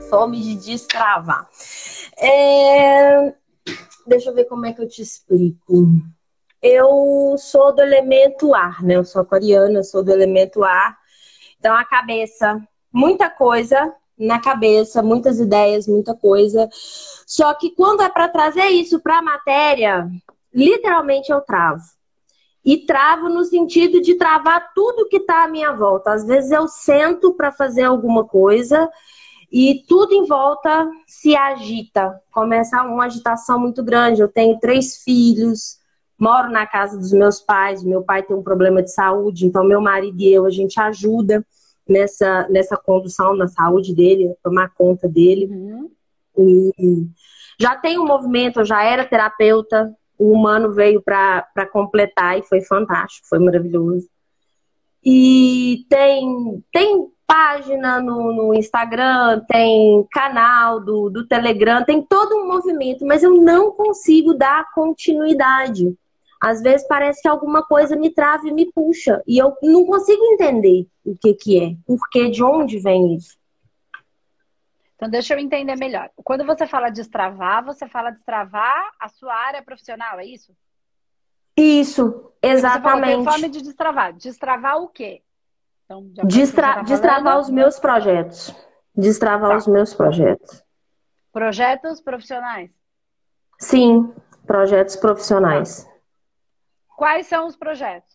forma de destravar. Deixa eu ver como é que eu te explico. Eu sou do elemento ar, né? Eu sou aquariana, eu sou do elemento ar. Então, a cabeça, muita coisa na cabeça, muitas ideias, muita coisa. Só que quando é para trazer isso para a matéria, literalmente eu travo. E travo no sentido de travar tudo que está à minha volta. Às vezes eu sento para fazer alguma coisa e tudo em volta se agita. Começa uma agitação muito grande. Eu tenho 3 filhos, moro na casa dos meus pais. Meu pai tem um problema de saúde, então meu marido e eu, a gente ajuda nessa condução na saúde dele, tomar conta dele. Uhum. E já tem um movimento, eu já era terapeuta. O humano veio para completar e foi fantástico, foi maravilhoso. E tem página no Instagram, tem canal do Telegram, tem todo um movimento, mas eu não consigo dar continuidade. Às vezes parece que alguma coisa me trava e me puxa. E eu não consigo entender o que é, por de onde vem isso. Então, deixa eu entender melhor. Quando você fala destravar, você fala destravar a sua área profissional, é isso? Isso, exatamente. Você falou, tem forma de destravar. Destravar o quê? Então, destravar os meus projetos. Destravar os meus projetos. Projetos profissionais? Sim, projetos profissionais. Quais são os projetos?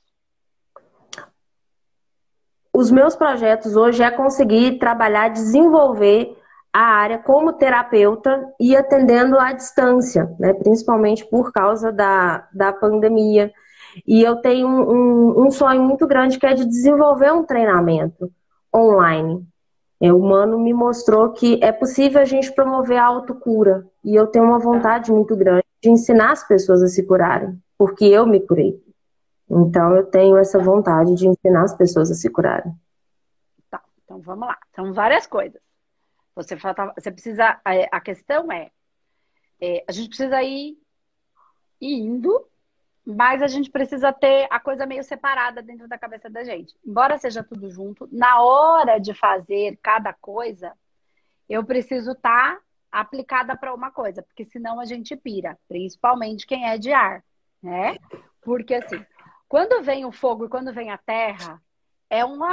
Os meus projetos hoje é conseguir trabalhar, desenvolver a área como terapeuta e atendendo à distância, né? Principalmente por causa da pandemia. E eu tenho um sonho muito grande que é de desenvolver um treinamento online. O humano me mostrou que é possível a gente promover a autocura. E eu tenho uma vontade muito grande de ensinar as pessoas a se curarem, porque eu me curei. Então eu tenho essa vontade de ensinar as pessoas a se curarem. Tá, então vamos lá. São várias coisas. Você precisa. A questão a gente precisa ir indo, mas a gente precisa ter a coisa meio separada dentro da cabeça da gente. Embora seja tudo junto, na hora de fazer cada coisa, eu preciso estar aplicada para uma coisa, porque senão a gente pira, principalmente quem é de ar, né? Porque assim, quando vem o fogo e quando vem a terra, é um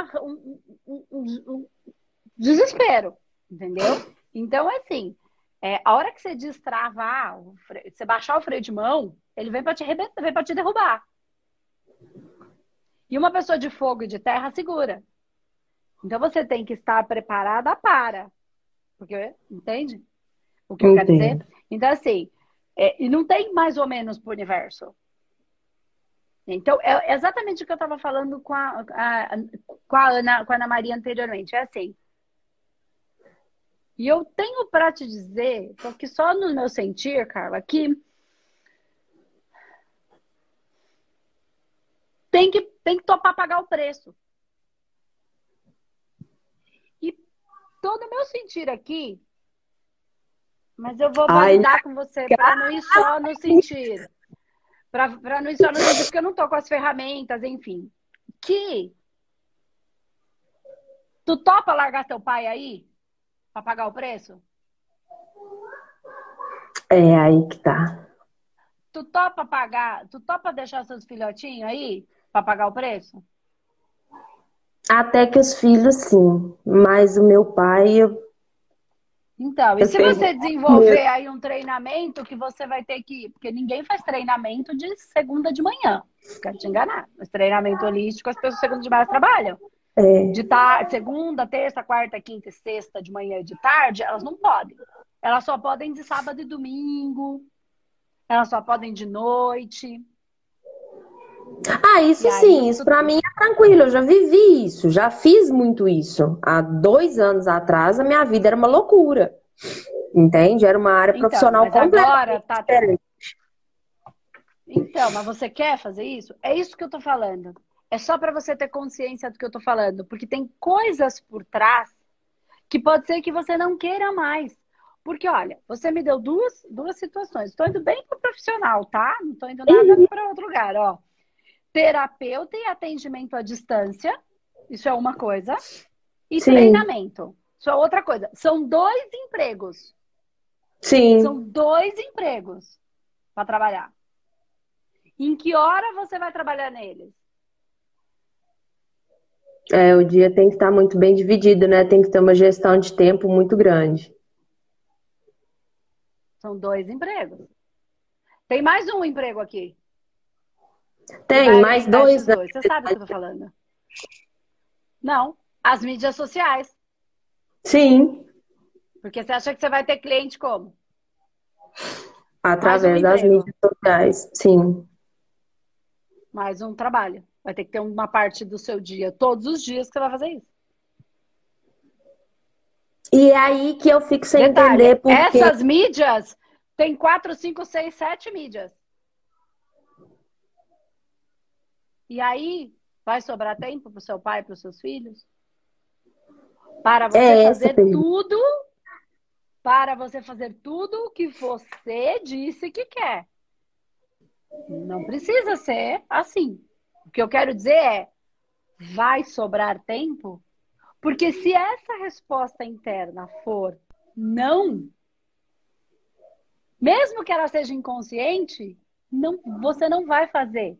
desespero, entendeu? Então, assim, a hora que você destravar, você baixar o freio de mão, ele vem para te arrebentar, vem para te derrubar. E uma pessoa de fogo e de terra segura. Então, você tem que estar preparada para. Porque, entende o que eu quero dizer? Então, assim, e não tem mais ou menos pro universo. Então, é exatamente o que eu estava falando com a Ana Maria anteriormente. É assim. E eu tenho para te dizer, porque só no meu sentir, Carla, que tem que topar pagar o preço. E todo o meu sentir aqui, mas eu vou validar com você para não ir só no sentir. Para não ir só no sentir, porque eu não tô com as ferramentas, enfim. Que tu topa largar teu pai aí para pagar o preço? É aí que tá. Tu topa deixar seus filhotinhos aí para pagar o preço? Até que os filhos, sim. Mas o meu pai, Então, e se você desenvolver aí um treinamento que você vai ter que... Porque ninguém faz treinamento de segunda de manhã. Quero te enganar. Mas treinamento holístico, as pessoas segunda de manhã trabalham. De tarde, segunda, terça, quarta, quinta e sexta de manhã e de tarde, elas não podem. Elas só podem de sábado e domingo. Elas só podem de noite. Isso sim, isso pra mim é tranquilo, eu já vivi isso, já fiz muito isso. Há 2 anos atrás a minha vida era uma loucura, entende? Era uma área profissional completamente diferente. Então, mas você quer fazer isso? É isso que eu tô falando. É só pra você ter consciência do que eu tô falando, porque tem coisas por trás que pode ser que você não queira mais. Porque, olha, você me deu duas situações. Estou indo bem pro profissional, tá? Não tô indo nada para outro lugar, ó. Terapeuta e atendimento à distância, isso é uma coisa. E treinamento. Isso é outra coisa. São 2 empregos. Sim. São 2 empregos para trabalhar. Em que hora você vai trabalhar neles? O dia tem que estar muito bem dividido, né? Tem que ter uma gestão de tempo muito grande. São 2 empregos. Tem mais um emprego aqui. Que Tem vai mais alimentar dois, esses né? 2. Você sabe o que eu tô falando? Não. As mídias sociais. Sim, Porque você acha que você vai ter cliente como? Mais um através das emprego. mídias sociais. Sim. Mais um trabalho. Vai ter que ter uma parte do seu dia, todos os dias que você vai fazer isso. E é aí que eu fico sem Detalhe, entender por quê. essas mídias tem 4, 5, 6, 7 mídias. E aí, vai sobrar tempo para o seu pai, para os seus filhos? Para você É essa a fazer pergunta. tudo, para você fazer tudo o que você disse que quer. Não precisa ser assim. O que eu quero dizer é, vai sobrar tempo? Porque se essa resposta interna for não, mesmo que ela seja inconsciente, não, você não vai fazer.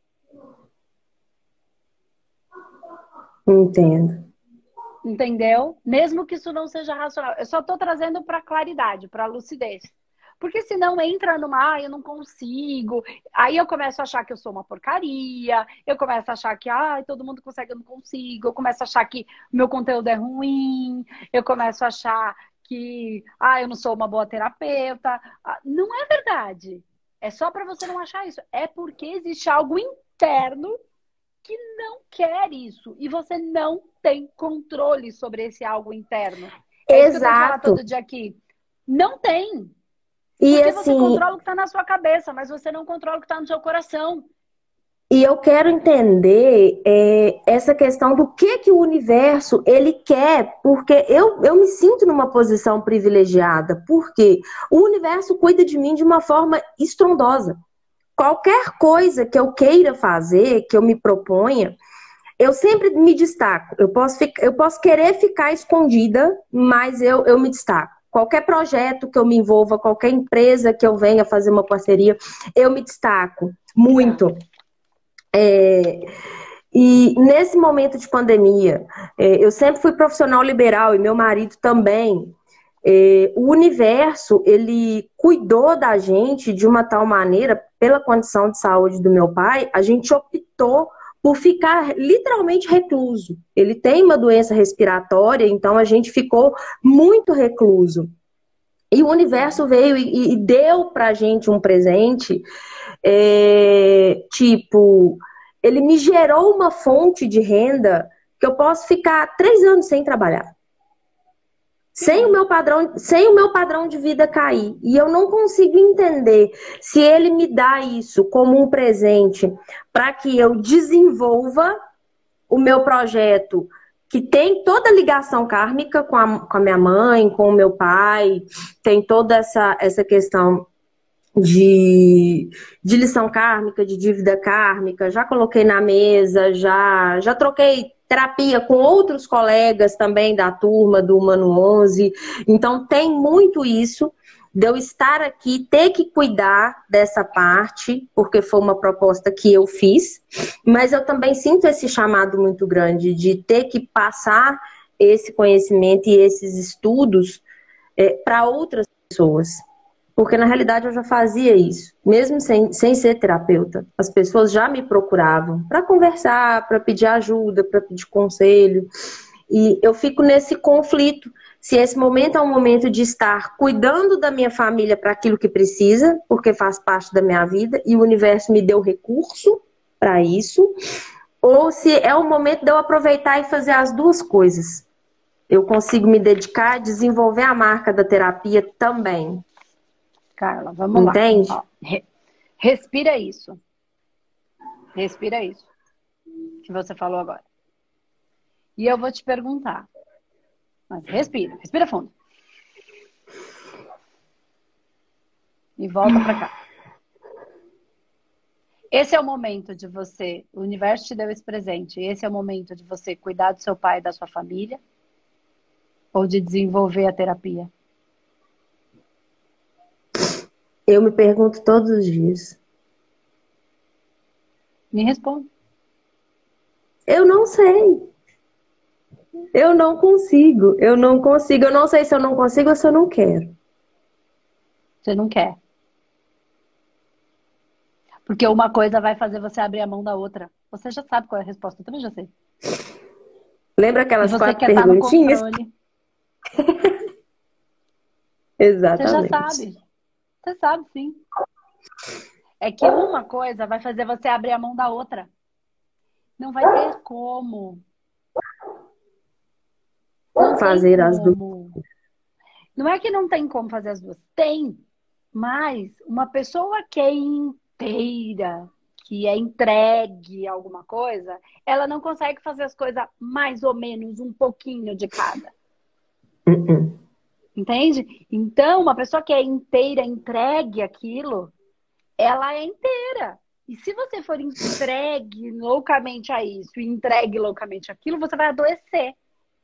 Entendo. Entendeu? Mesmo que isso não seja racional. Eu só estou trazendo para claridade, para lucidez. Porque senão entra numa, eu não consigo. Aí eu começo a achar que eu sou uma porcaria. Eu começo a achar que, todo mundo consegue, eu não consigo. Eu começo a achar que meu conteúdo é ruim. Eu começo a achar que, eu não sou uma boa terapeuta. Não é verdade. É só para você não achar isso. É porque existe algo interno que não quer isso. E você não tem controle sobre esse algo interno. É isso que eu tenho que falar Exato. todo dia aqui. Não tem. E Porque você assim, controla o que está na sua cabeça, mas você não controla o que está no seu coração. e eu quero entender essa questão do que o universo ele quer, porque eu me sinto numa posição privilegiada, porque o universo cuida de mim de uma forma estrondosa. Qualquer coisa que eu queira fazer, que eu me proponha, eu sempre me destaco. Eu posso querer ficar escondida, mas eu me destaco. Qualquer projeto que eu me envolva, qualquer empresa que eu venha fazer uma parceria, eu me destaco muito. E nesse momento de pandemia, eu sempre fui profissional liberal e meu marido também. O universo, ele cuidou da gente de uma tal maneira, pela condição de saúde do meu pai, a gente optou por ficar literalmente recluso. Ele tem uma doença respiratória, então a gente ficou muito recluso. E o universo veio e deu pra gente um presente, tipo, ele me gerou uma fonte de renda que eu posso ficar 3 anos sem trabalhar. Sem o meu padrão de vida cair. E eu não consigo entender se ele me dá isso como um presente para que eu desenvolva o meu projeto, que tem toda a ligação kármica com a minha mãe, com o meu pai, tem toda essa questão de lição kármica, de dívida kármica, já coloquei na mesa, já troquei terapia com outros colegas também da turma do Humano 11. Então tem muito isso de eu estar aqui, ter que cuidar dessa parte, porque foi uma proposta que eu fiz, mas eu também sinto esse chamado muito grande de ter que passar esse conhecimento e esses estudos para outras pessoas. Porque na realidade eu já fazia isso, mesmo sem ser terapeuta. As pessoas já me procuravam para conversar, para pedir ajuda, para pedir conselho. E eu fico nesse conflito. Se esse momento é um momento de estar cuidando da minha família para aquilo que precisa, porque faz parte da minha vida e o universo me deu recurso para isso, ou se é o momento de eu aproveitar e fazer as duas coisas. Eu consigo me dedicar a desenvolver a marca da terapia também. Carla, vamos lá. Entende? Ó, respira isso. Respira isso que você falou agora. E eu vou te perguntar. Mas respira. Respira fundo. E volta pra cá. Esse é o momento de você... O universo te deu esse presente. Esse é o momento de você cuidar do seu pai e da sua família. ou de desenvolver a terapia? Eu me pergunto todos os dias. Me responde. Eu não sei. Eu não consigo. Eu não consigo. Eu não sei se eu não consigo ou se eu não quero. Você não quer. Porque uma coisa vai fazer você abrir a mão da outra. Você já sabe qual é a resposta, eu também já sei. Lembra E aquelas você 4 quer estar no perguntinhas? controle. Você já Exatamente. sabe. Você sabe, sim. É que uma coisa vai fazer você abrir a mão da outra. Não vai ter como. Não tem Fazer as duas. como. Não é que não tem como fazer as duas. Tem. Mas uma pessoa que é inteira, que é entregue a alguma coisa, ela não consegue fazer as coisas mais ou menos um pouquinho de cada. Uh-uh. Entende? Então, uma pessoa que é inteira, entregue aquilo, ela é inteira. E se você for entregue loucamente a isso e entregue loucamente aquilo, você vai adoecer,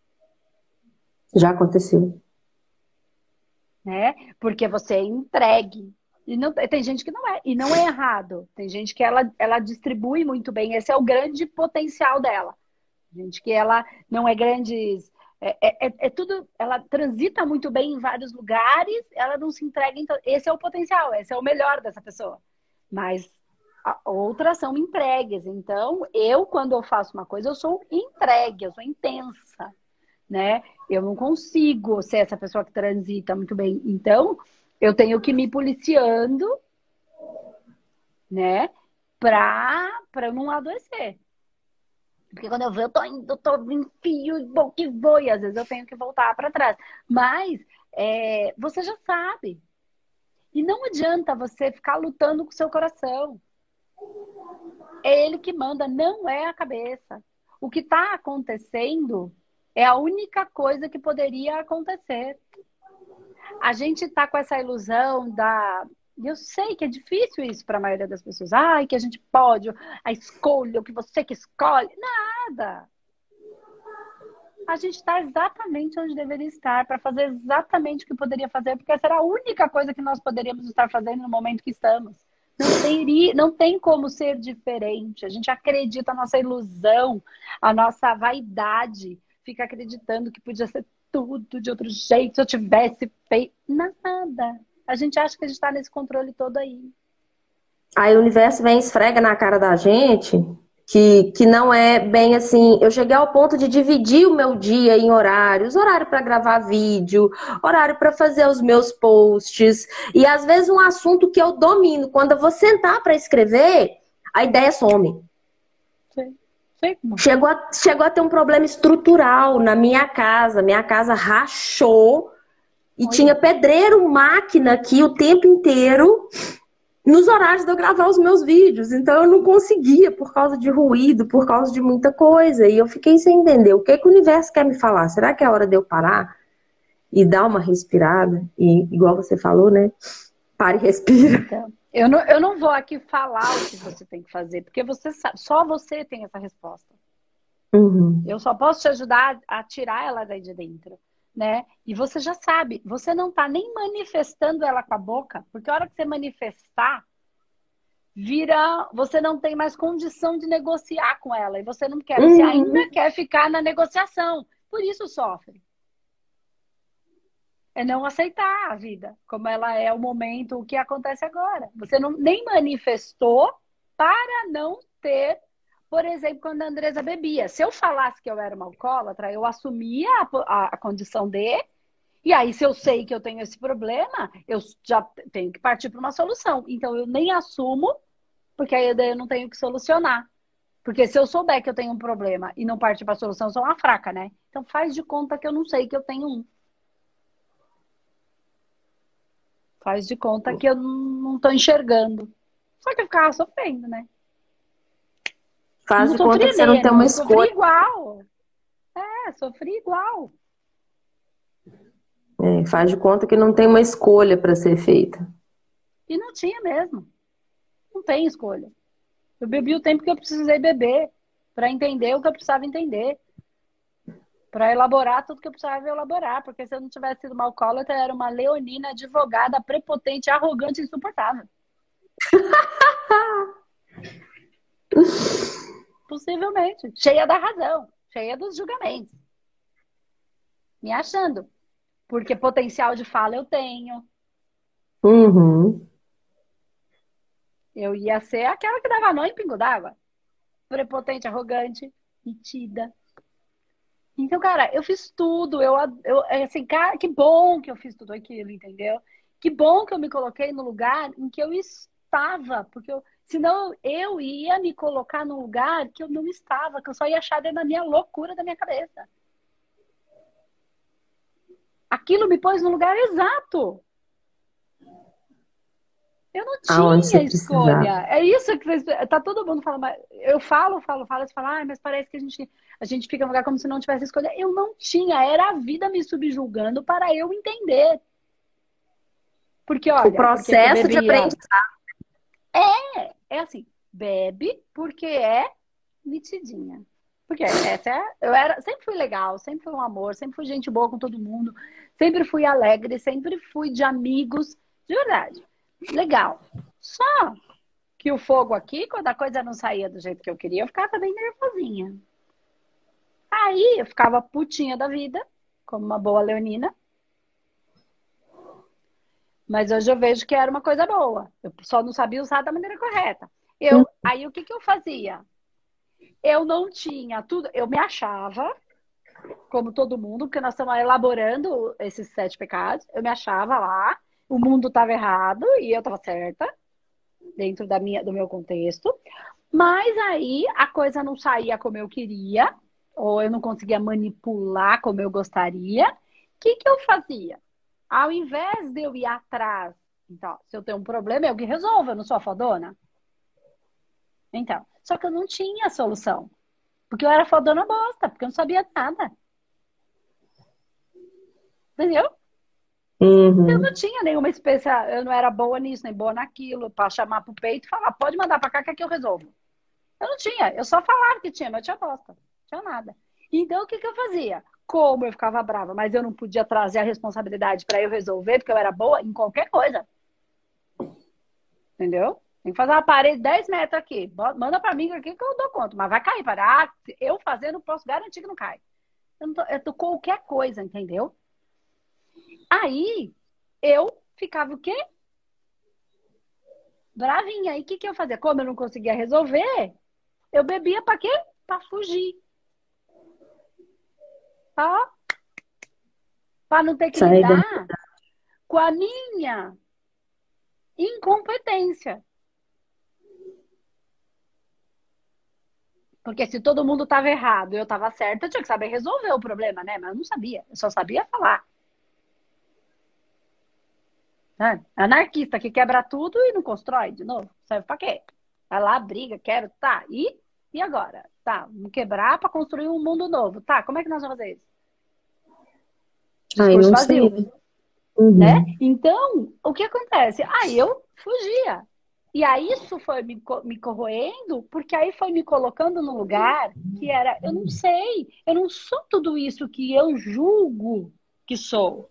Já aconteceu. né? Porque você é entregue. E não, tem gente que não é, e não é errado. Tem gente que ela distribui muito bem, esse é o grande potencial dela. Gente que ela não é grandes. É tudo. Ela transita muito bem em vários lugares, ela não se entrega. Esse é o potencial, esse é o melhor dessa pessoa. Mas outras são entregues. Então, eu, quando eu faço uma coisa, eu sou entregue, eu sou intensa, né? Eu não consigo ser essa pessoa que transita muito bem. Então, eu tenho que ir me policiando, né? Pra eu não adoecer. Porque quando eu vejo, eu tô indo, eu tô enfio, vou que vou, e às vezes eu tenho que voltar para trás. Mas você já sabe. E não adianta você ficar lutando com o seu coração. É ele que manda, não é a cabeça. O que está acontecendo é a única coisa que poderia acontecer. A gente está com essa ilusão da. E eu sei que é difícil isso para a maioria das pessoas. Ai, que a gente pode, a escolha, o que você que escolhe. Nada. A gente está exatamente onde deveria estar, para fazer exatamente o que poderia fazer, porque essa era a única coisa que nós poderíamos estar fazendo no momento que estamos. Não tem como ser diferente. A gente acredita, a nossa ilusão, a nossa vaidade, fica acreditando que podia ser tudo de outro jeito, se eu tivesse feito. Nada. A gente acha que a gente está nesse controle todo aí. Aí o universo vem e esfrega na cara da gente que não é bem assim. Eu cheguei ao ponto de dividir o meu dia em horários, horário para gravar vídeo, horário para fazer os meus posts, e às vezes um assunto que eu domino, quando eu vou sentar para escrever, a ideia some. Sei como. Chegou a ter um problema estrutural na minha casa rachou e Oi. tinha pedreiro, máquina aqui o tempo inteiro nos horários de eu gravar os meus vídeos. Então eu não conseguia por causa de ruído, por causa de muita coisa. E eu fiquei sem entender o que o universo quer me falar. Será que é a hora de eu parar e dar uma respirada? E igual você falou, né? Pare e respira. Então, eu não vou aqui falar o que você tem que fazer, porque você sabe, só você tem essa resposta. Uhum. Eu só posso te ajudar a tirar ela daí de dentro, né? E você já sabe, você não tá nem manifestando ela com a boca, porque a hora que você manifestar, você não tem mais condição de negociar com ela, e você não quer, você Uhum. ainda quer ficar na negociação, por isso sofre. É não aceitar a vida, como ela é, o momento, o que acontece agora. Você não, nem manifestou para não ter, por exemplo, quando a Andresa bebia. Se eu falasse que eu era uma alcoólatra, eu assumia a condição de, e aí se eu sei que eu tenho esse problema, eu já tenho que partir para uma solução. Então eu nem assumo, porque aí eu não tenho que solucionar. Porque se eu souber que eu tenho um problema e não partir para a solução, eu sou uma fraca, né? Então faz de conta que eu não sei que eu tenho um. Faz de conta que eu não estou enxergando. Só que eu ficava sofrendo, né? Faz Não de conta sofria que você não tem uma menos, sofri escolha. igual. Sofri igual. Faz de conta que não tem uma escolha para ser feita. E não tinha mesmo. Não tem escolha. Eu bebi o tempo que eu precisei beber para entender o que eu precisava entender. para elaborar tudo que eu precisava elaborar, porque se eu não tivesse sido uma alcoólatra, eu era uma leonina advogada, prepotente, arrogante e insuportável. Possivelmente. Cheia da razão, cheia dos julgamentos. Me achando. Porque potencial de fala eu tenho. Uhum. Eu ia ser aquela que dava nó em pingo d'água. Prepotente, arrogante, metida. Então, cara, eu fiz tudo. Assim, cara, que bom que eu fiz tudo aquilo, entendeu? Que bom que eu me coloquei no lugar em que eu estava. Porque senão eu ia me colocar num lugar que eu não estava, que eu só ia achar dentro da minha loucura da minha cabeça. Aquilo me pôs no lugar exato. Eu não Aonde você tinha precisava. escolha. É isso que tá todo mundo falando. Eu falo, você fala, mas parece que a gente fica no lugar como se não tivesse escolha. Eu não tinha, era a vida me subjugando para eu entender. Porque, O olha, por que que eu processo de bebia? aprendizado. É assim, bebe porque é metidinha. Porque eu era, sempre fui legal, sempre fui um amor, sempre fui gente boa com todo mundo, sempre fui alegre, sempre fui de amigos, de verdade. Legal. Só que o fogo aqui, quando a coisa não saía do jeito que eu queria, eu ficava bem nervosinha. Aí eu ficava putinha da vida, como uma boa leonina, mas hoje eu vejo que era uma coisa boa. Eu só não sabia usar da maneira correta. Aí o que que eu fazia? Eu não tinha tudo, eu me achava, como todo mundo, porque nós estamos elaborando esses 7 pecados, eu me achava lá, o mundo estava errado e eu estava certa, dentro do meu contexto. Mas aí a coisa não saía como eu queria, ou eu não conseguia manipular como eu gostaria. O que que eu fazia? Ao invés de eu ir atrás, então, se eu tenho um problema, eu que resolvo, eu não sou a fodona. Então, só que eu não tinha solução. Porque eu era fodona bosta, porque eu não sabia nada. Entendeu? Eu não Uhum. tinha nenhuma espécie, eu não era boa nisso, nem boa naquilo, para chamar pro peito e falar, pode mandar pra cá que aqui eu resolvo. Eu não tinha, eu só falava que tinha, mas eu tinha bosta, não tinha nada. Então, o que que eu fazia? Como eu ficava brava, mas eu não podia trazer a responsabilidade para eu resolver, porque eu era boa em qualquer coisa. Entendeu? Tem que fazer uma parede 10 metros aqui. Manda para mim aqui que eu dou conta. Mas vai cair. Para eu fazendo, posso garantir que não cai. Eu tô qualquer coisa, entendeu? Aí, eu ficava o quê? Bravinha. Aí, o que que eu fazia? Como eu não conseguia resolver, eu bebia para quê? Para fugir. Tá? Para não ter que Sair da... lidar com a minha incompetência. Porque se todo mundo estava errado e eu estava certa, eu tinha que saber resolver o problema, né? Mas eu não sabia, eu só sabia falar. Né? Anarquista que quebra tudo e não constrói de novo. Serve pra quê? Vai lá, briga, quero, tá. E agora? Tá, vamos quebrar para construir um mundo novo. Tá, como é que nós vamos fazer isso? Ai, Discurso não vazio, sei. né? Uhum. Então, o que acontece? Aí eu fugia. E aí isso foi me corroendo, porque aí foi me colocando no lugar que era, eu não sei, eu não sou tudo isso que eu julgo que sou.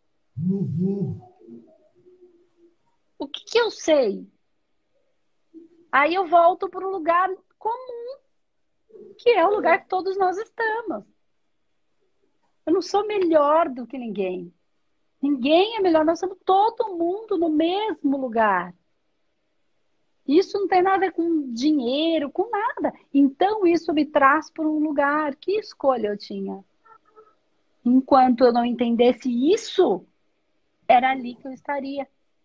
O que que eu sei? Aí eu volto para o lugar comum, que é o lugar que todos nós estamos. Eu não sou melhor do que ninguém. Ninguém é melhor, nós estamos todo mundo no mesmo lugar. Isso não tem nada a ver com dinheiro, com nada. Então, isso me traz para um lugar. Que escolha eu tinha? Enquanto eu não entendesse isso, era ali que eu estaria.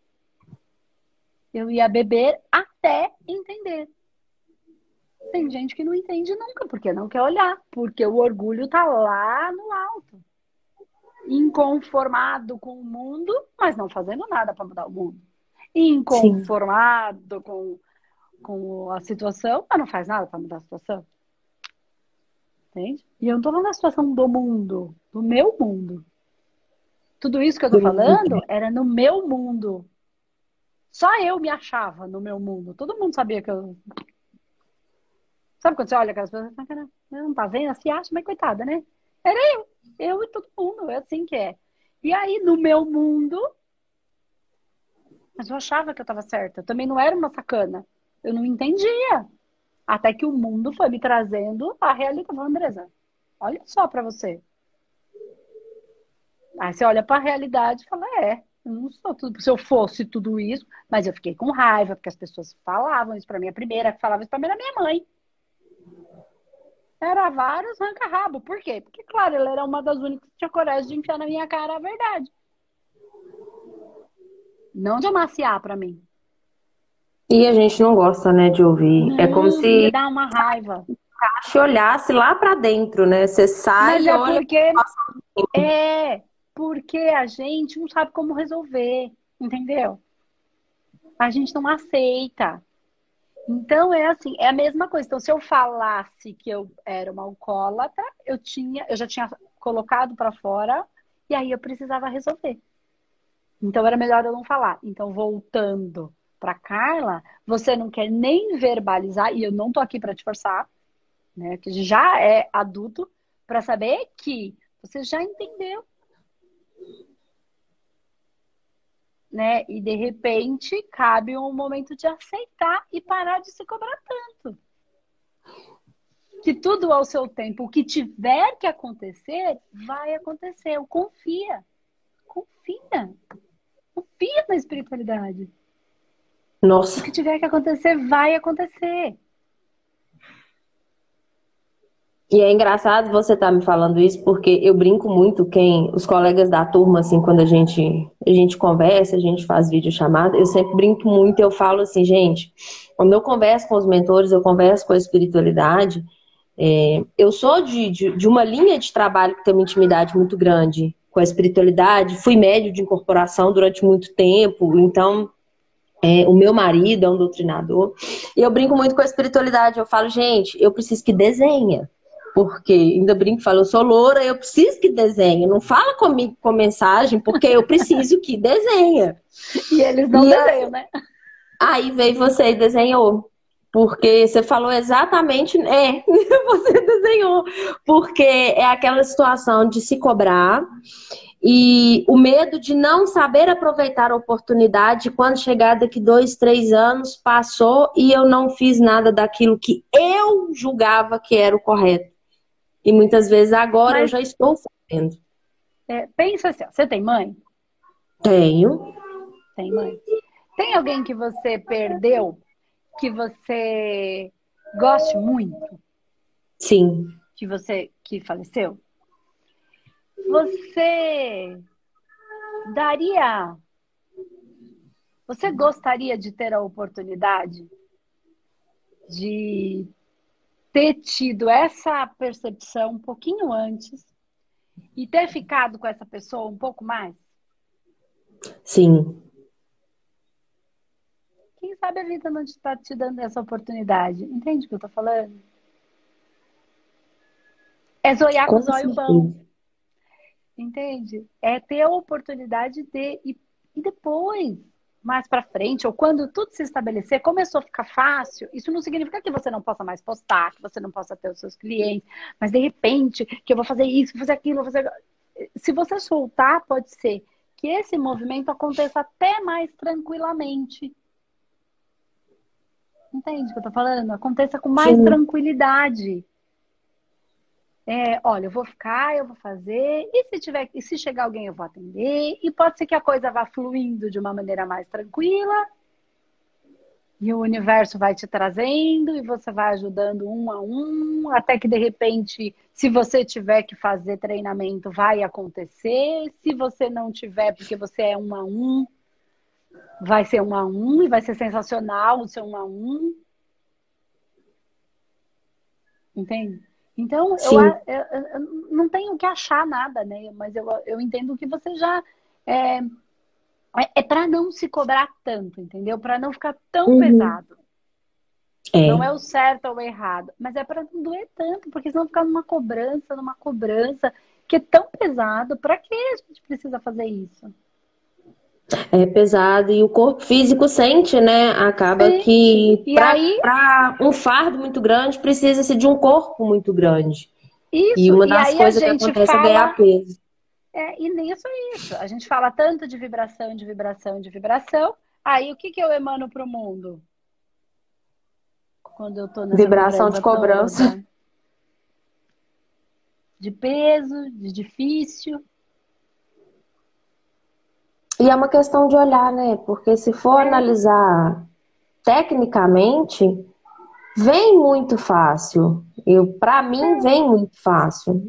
Eu ia beber até entender. Tem gente que não entende nunca, porque não quer olhar, porque o orgulho está lá no alto. Inconformado com o mundo, mas não fazendo nada para mudar o mundo. Sim. Inconformado com a situação, mas não faz nada para mudar a situação. Entende? E eu não estou falando da situação do mundo, do meu mundo. Tudo isso que eu estou falando era no meu mundo. Só eu me achava no meu mundo. Todo mundo sabia que eu. Sabe quando você olha aquelas pessoas, não tá vendo? Se acha, mas coitada, né? Eu e todo mundo, é assim que é. E aí, no meu mundo, mas eu achava que eu estava certa. Eu também não era uma sacana. Eu não entendia. Até que o mundo foi me trazendo a realidade. Eu falei, Andresa, olha só para você. Aí você olha para a realidade e fala, eu não sou tudo. Se eu fosse tudo isso, mas eu fiquei com raiva, porque as pessoas falavam isso para mim. A primeira que falava isso para mim era minha mãe. Era vários ranca-rabo. Por quê? Porque, claro, ela era uma das únicas que tinha coragem de enfiar na minha cara a verdade. Não de amaciar para mim. E a gente não gosta, né, de ouvir. É como Não, me se dá uma raiva. se olhasse lá pra dentro, né? Você sai Mas e é olha. porque a gente não sabe como resolver, entendeu? A gente não aceita. Então é assim, é a mesma coisa. Então, se eu falasse que eu era uma alcoólatra, eu já tinha colocado para fora e aí eu precisava resolver. Então era melhor eu não falar. Então, voltando para Carla, você não quer nem verbalizar, e eu não tô aqui para te forçar, né? Que já é adulto, para saber que você já entendeu, né? E de repente cabe um momento de aceitar e parar de se cobrar tanto. Que tudo ao seu tempo, o que tiver que acontecer, vai acontecer. Confia. Confia. Confia na espiritualidade. O Nossa. que tiver que acontecer, vai acontecer. E é engraçado você estar me falando isso, porque eu brinco muito os colegas da turma, assim, quando a gente conversa, a gente faz videochamada, eu sempre brinco muito, eu falo assim, gente, quando eu converso com os mentores, eu converso com a espiritualidade, eu sou de uma linha de trabalho que tem uma intimidade muito grande com a espiritualidade, fui médio de incorporação durante muito tempo, então o meu marido é um doutrinador, e eu brinco muito com a espiritualidade, eu falo, gente, eu preciso que desenha. Porque, ainda brinco, falo, eu sou loura, eu preciso que desenhe. Não fala comigo com mensagem, porque eu preciso que desenha. E eles não desenham, né? Aí veio você e desenhou. Porque você falou exatamente, você desenhou. Porque é aquela situação de se cobrar e o medo de não saber aproveitar a oportunidade quando chegar daqui 2, 3 anos, passou e eu não fiz nada daquilo que eu julgava que era o correto. E muitas vezes agora eu Mas já estou fazendo. pensa assim, ó, você tem mãe? Tenho. Tem mãe. Tem alguém que você perdeu, que você goste muito, Sim. que faleceu? Você daria, você gostaria de ter a oportunidade de ter tido essa percepção um pouquinho antes e ter ficado com essa pessoa um pouco mais? Sim. Quem sabe a vida não está te dando essa oportunidade. Entende o que eu tô falando? É zoiar com Com o zóio certeza. bom. Entende? É ter a oportunidade de. E depois, mais pra frente, ou quando tudo se estabelecer, começou a ficar fácil, isso não significa que você não possa mais postar, que você não possa ter os seus clientes, mas de repente, que eu vou fazer isso, vou fazer aquilo, vou fazer. Se você soltar, pode ser que esse movimento aconteça até mais tranquilamente. Entende o que eu tô falando? Aconteça com mais Sim. tranquilidade. Olha, eu vou ficar, eu vou fazer, e se chegar alguém eu vou atender, e pode ser que a coisa vá fluindo de uma maneira mais tranquila, e o universo vai te trazendo, e você vai ajudando um a um, até que de repente, se você tiver que fazer treinamento, vai acontecer, se você não tiver, porque você é um a um, vai ser um a um, e vai ser sensacional o seu um a um, entende? Então, Sim. eu não tenho que achar nada, né? Mas eu entendo que você já. É, para não se cobrar tanto, entendeu? Para não ficar tão Uhum. pesado. Não é É. o certo ou o errado, mas é para não doer tanto, porque senão ficar numa cobrança que é tão pesado. Para que a gente precisa fazer isso? É pesado e o corpo físico sente, né? Acaba que E para aí, um fardo muito grande precisa-se de um corpo muito grande. E Isso, uma e das aí a coisas que gente acontece é ganhar fala, peso. e nem é só isso. A gente fala tanto de vibração, de vibração, de vibração. Aí o que que eu emano para o mundo quando eu tô nessa Vibração de cobrança cobrança. toda? De peso, de difícil. E é uma questão de olhar, né? Porque se for É, analisar tecnicamente, vem muito fácil. Para mim, vem muito fácil.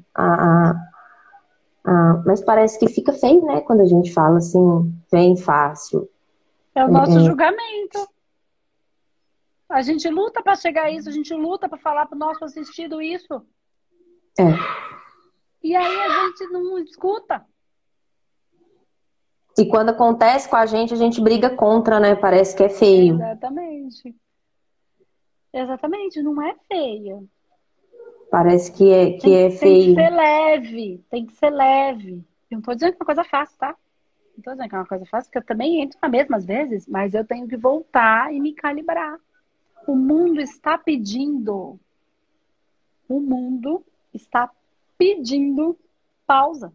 Mas parece que fica feio, né? Quando a gente fala assim, vem fácil. é o nosso julgamento. A gente luta para chegar a isso, a gente luta para falar para o nosso assistido isso. É. E aí a gente não escuta. E quando acontece com a gente briga contra, né? Parece que é feio. Exatamente. Exatamente, não é feia. Parece que é Tem que feio. ser leve, tem que ser leve. Eu não tô dizendo que é uma coisa fácil, tá? Não tô dizendo que é uma coisa fácil, porque eu também entro na mesma às vezes, mas eu tenho que voltar e me calibrar. O mundo está pedindo, o mundo está pedindo pausa.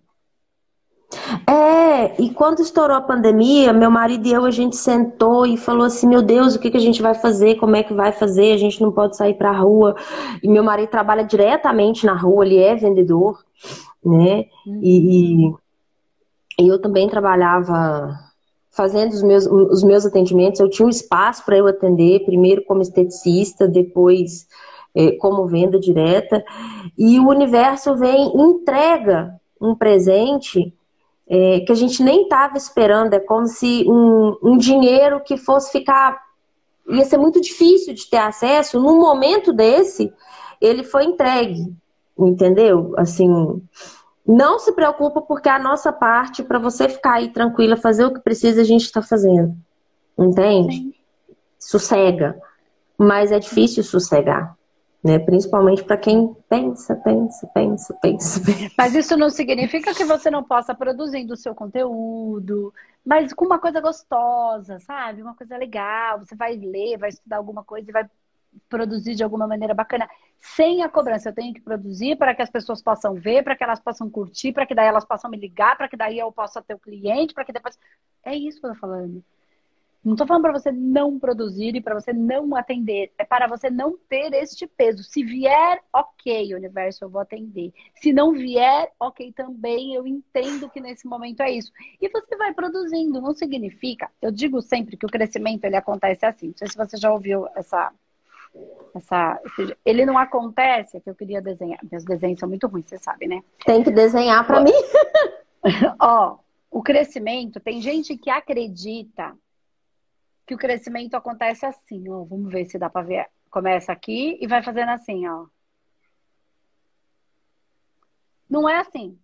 E quando estourou a pandemia, meu marido e eu, a gente sentou e falou assim, meu Deus, o que que a gente vai fazer? Como é que vai fazer? A gente não pode sair pra rua. E meu marido trabalha diretamente na rua, ele é vendedor, né? Uhum. E eu também trabalhava fazendo os meus atendimentos. Eu tinha um espaço para eu atender, primeiro como esteticista, depois como venda direta. E o universo vem e entrega um presente que a gente nem estava esperando. É como se um dinheiro que fosse ficar. Ia ser muito difícil de ter acesso. Num momento desse, ele foi entregue. Entendeu? Assim, não se preocupa, porque a nossa parte, para você ficar aí tranquila, fazer o que precisa, a gente está fazendo. Entende? Sim, Sossega. Mas é sim. difícil sossegar, né? Principalmente para quem pensa, pensa, pensa, pensa, Mas pensa. isso não significa que você não possa produzindo o seu conteúdo, mas com uma coisa gostosa, sabe? Uma coisa legal. Você vai ler, vai estudar alguma coisa e vai produzir de alguma maneira bacana, sem a cobrança. Eu tenho que produzir para que as pessoas possam ver, para que elas possam curtir, para que daí elas possam me ligar, para que daí eu possa ter o cliente, para que depois. É isso que eu tô falando. Não estou falando para você não produzir e para você não atender. É para você não ter este peso. Se vier, ok, universo, eu vou atender. Se não vier, ok também. Eu entendo que nesse momento é isso. E você vai produzindo. Não significa. Eu digo sempre que o crescimento ele acontece assim. Não sei se você já ouviu ele não acontece. É que eu queria desenhar. Meus desenhos são muito ruins, você sabe, né? Tem que desenhar para mim. Ó, o crescimento. Tem gente que acredita que o crescimento acontece assim, ó. Vamos ver se dá para ver. Começa aqui e vai fazendo assim, ó. Não é assim.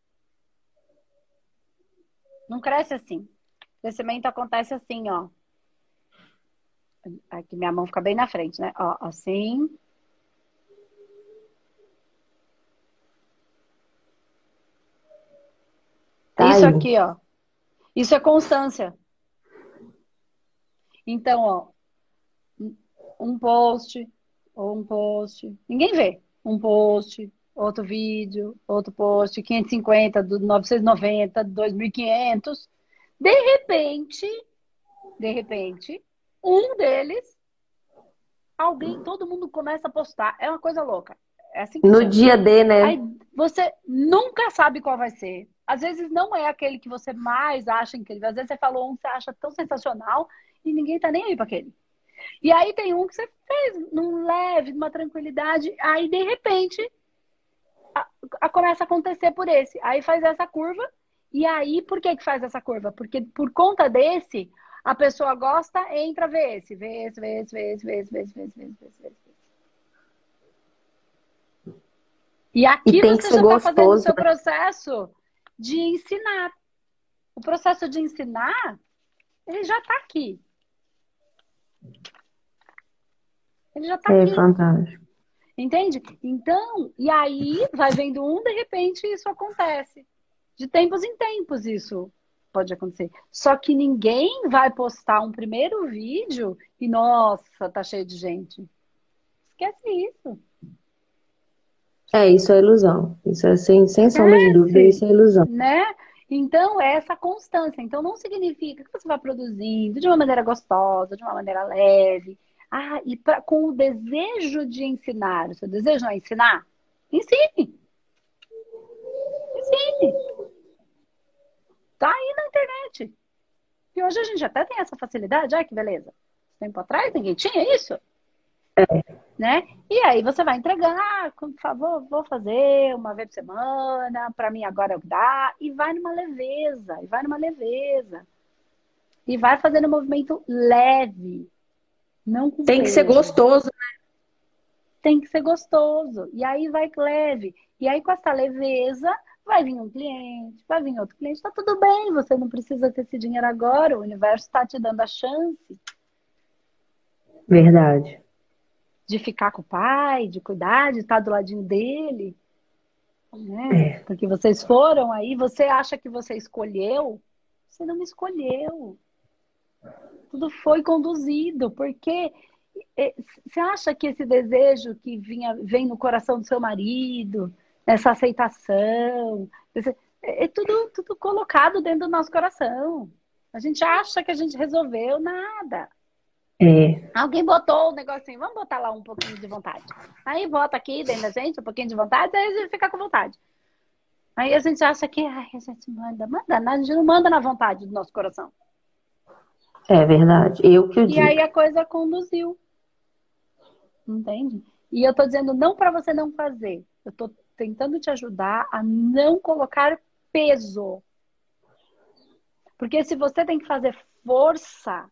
Não cresce assim. O crescimento acontece assim, ó. Aqui minha mão fica bem na frente, né? Ó, assim. Tá Isso aí. aqui, ó. Isso é constância. Então, ó, um post ou um post. Ninguém vê. Um post, outro vídeo, outro post, 550, do 990, 2.500. De repente, de repente, um deles, alguém, todo mundo começa a postar. É uma coisa louca. É assim que No funciona. dia D, Aí né? você nunca sabe qual vai ser. Às vezes não é aquele que você mais acha incrível. Às vezes você falou um que você acha tão sensacional e ninguém tá nem aí para aquele. E aí tem um que você fez num leve, numa tranquilidade. Aí de repente começa a acontecer por esse. Aí faz essa curva. E aí, por que que faz essa curva? Porque por conta desse, a pessoa gosta, entra, vê esse, vê esse, vê esse, vê esse, vê esse, vê esse, vê esse, vê esse, vê esse, vê esse. E E aqui tem que você ser já está fazendo o gostoso. seu processo de ensinar. O processo de ensinar, ele já está aqui. Ele já está É aqui. fantástico. Entende? Então, e aí vai vendo um, de repente isso acontece. De tempos em tempos isso pode acontecer. Só que ninguém vai postar um primeiro vídeo e, nossa, tá cheio de gente. Esquece isso. Isso é ilusão. Isso é sem sombra de dúvida, isso Esquece, é ilusão. né? Então, é essa constância. Então, não significa que você vai produzindo de uma maneira gostosa, de uma maneira leve. Ah, e com o desejo de ensinar. O seu desejo não é ensinar? Ensine, ensine. Tá aí na internet. E hoje a gente até tem essa facilidade. Ah, que beleza. Tempo atrás ninguém tinha isso, né? E aí você vai entregando, por favor, vou fazer uma vez por semana, para mim agora é o que dá, e vai numa leveza, e vai numa leveza. E vai fazendo um movimento leve, não com Tem que ser peso. gostoso. Tem que ser gostoso. E aí vai leve. E aí com essa leveza vai vir um cliente, vai vir outro cliente, tá tudo bem, você não precisa ter esse dinheiro agora, o universo está te dando a chance Verdade. de ficar com o pai, de cuidar, de estar do ladinho dele, né? É, Porque vocês foram aí, você acha que você escolheu? Você não escolheu. Tudo foi conduzido, porque você acha que esse desejo que vem no coração do seu marido, essa aceitação, é tudo colocado dentro do nosso coração. A gente acha que a gente resolveu nada. é, Alguém botou o negocinho, vamos botar lá um pouquinho de vontade. Aí bota aqui dentro da gente um pouquinho de vontade, aí a gente fica com vontade. Aí a gente acha que a gente manda, a gente não manda na vontade do nosso coração. é verdade. Eu que o E aí digo. a coisa conduziu, entende? E eu tô dizendo não para você não fazer. Eu tô tentando te ajudar a não colocar peso. Porque se você tem que fazer força,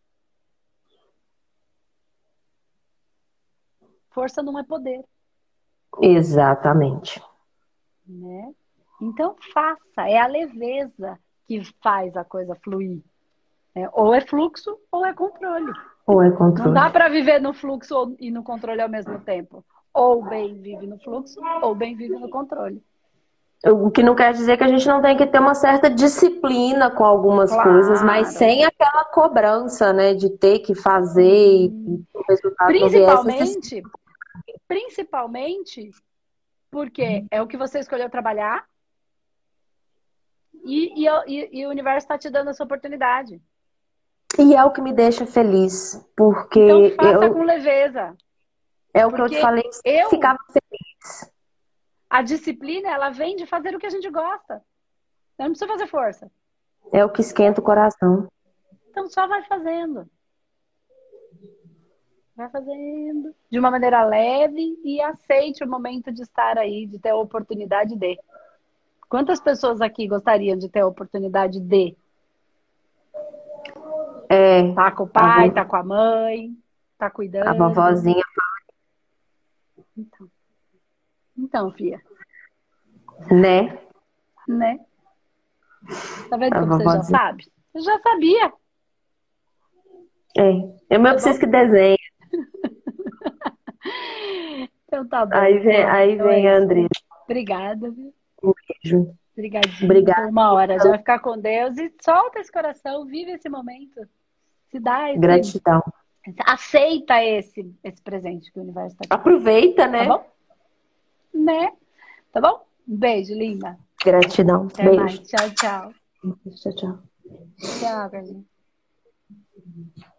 força não é poder, Exatamente. né? Então faça, é a leveza que faz a coisa fluir. Ou é fluxo ou é controle. Ou é Não controle. dá para viver no fluxo e no controle ao mesmo tempo. Ou bem vive no fluxo, ou bem vive no controle. O que não quer dizer que a gente não tem que ter uma certa disciplina com algumas coisas, mas Claro. sem aquela cobrança, né, de ter que fazer e Sim. o resultado não vier. Essa Principalmente, principalmente porque é o que você escolheu trabalhar e o universo está te dando essa oportunidade. E é o que me deixa feliz, Então porque faça com leveza. é o que eu te Porque falei, eu, ficava feliz. a disciplina, ela vem de fazer o que a gente gosta. Eu não preciso fazer força. É o que esquenta o coração. Então só vai fazendo. Vai fazendo de uma maneira leve e aceite o momento de estar aí, de ter a oportunidade de. Quantas pessoas aqui gostariam de ter a oportunidade de É, tá com o a, pai, tá vo- com a mãe, tá a cuidando? vovozinha, Então, filha, né? né? Tá vendo A como você já vovozinha. sabe? Você já sabia, É o meu tá preciso bom? que desenhe. Então tá bom, Flor. Aí Então é vem a isso. Andressa. Obrigada, viu? Um beijo. Obrigadinho. Foi Obrigada. uma hora. Já vai ficar com Deus e solta esse coração, vive esse momento. Se dá esse. Gratidão. Aceita esse presente que o universo está te dando. Aproveita, Tá né? bom? Né? Tá bom? Um beijo, linda. Gratidão. Até mais. Beijo. Tchau, tchau. Tchau, tchau. Tchau, Carlinhos.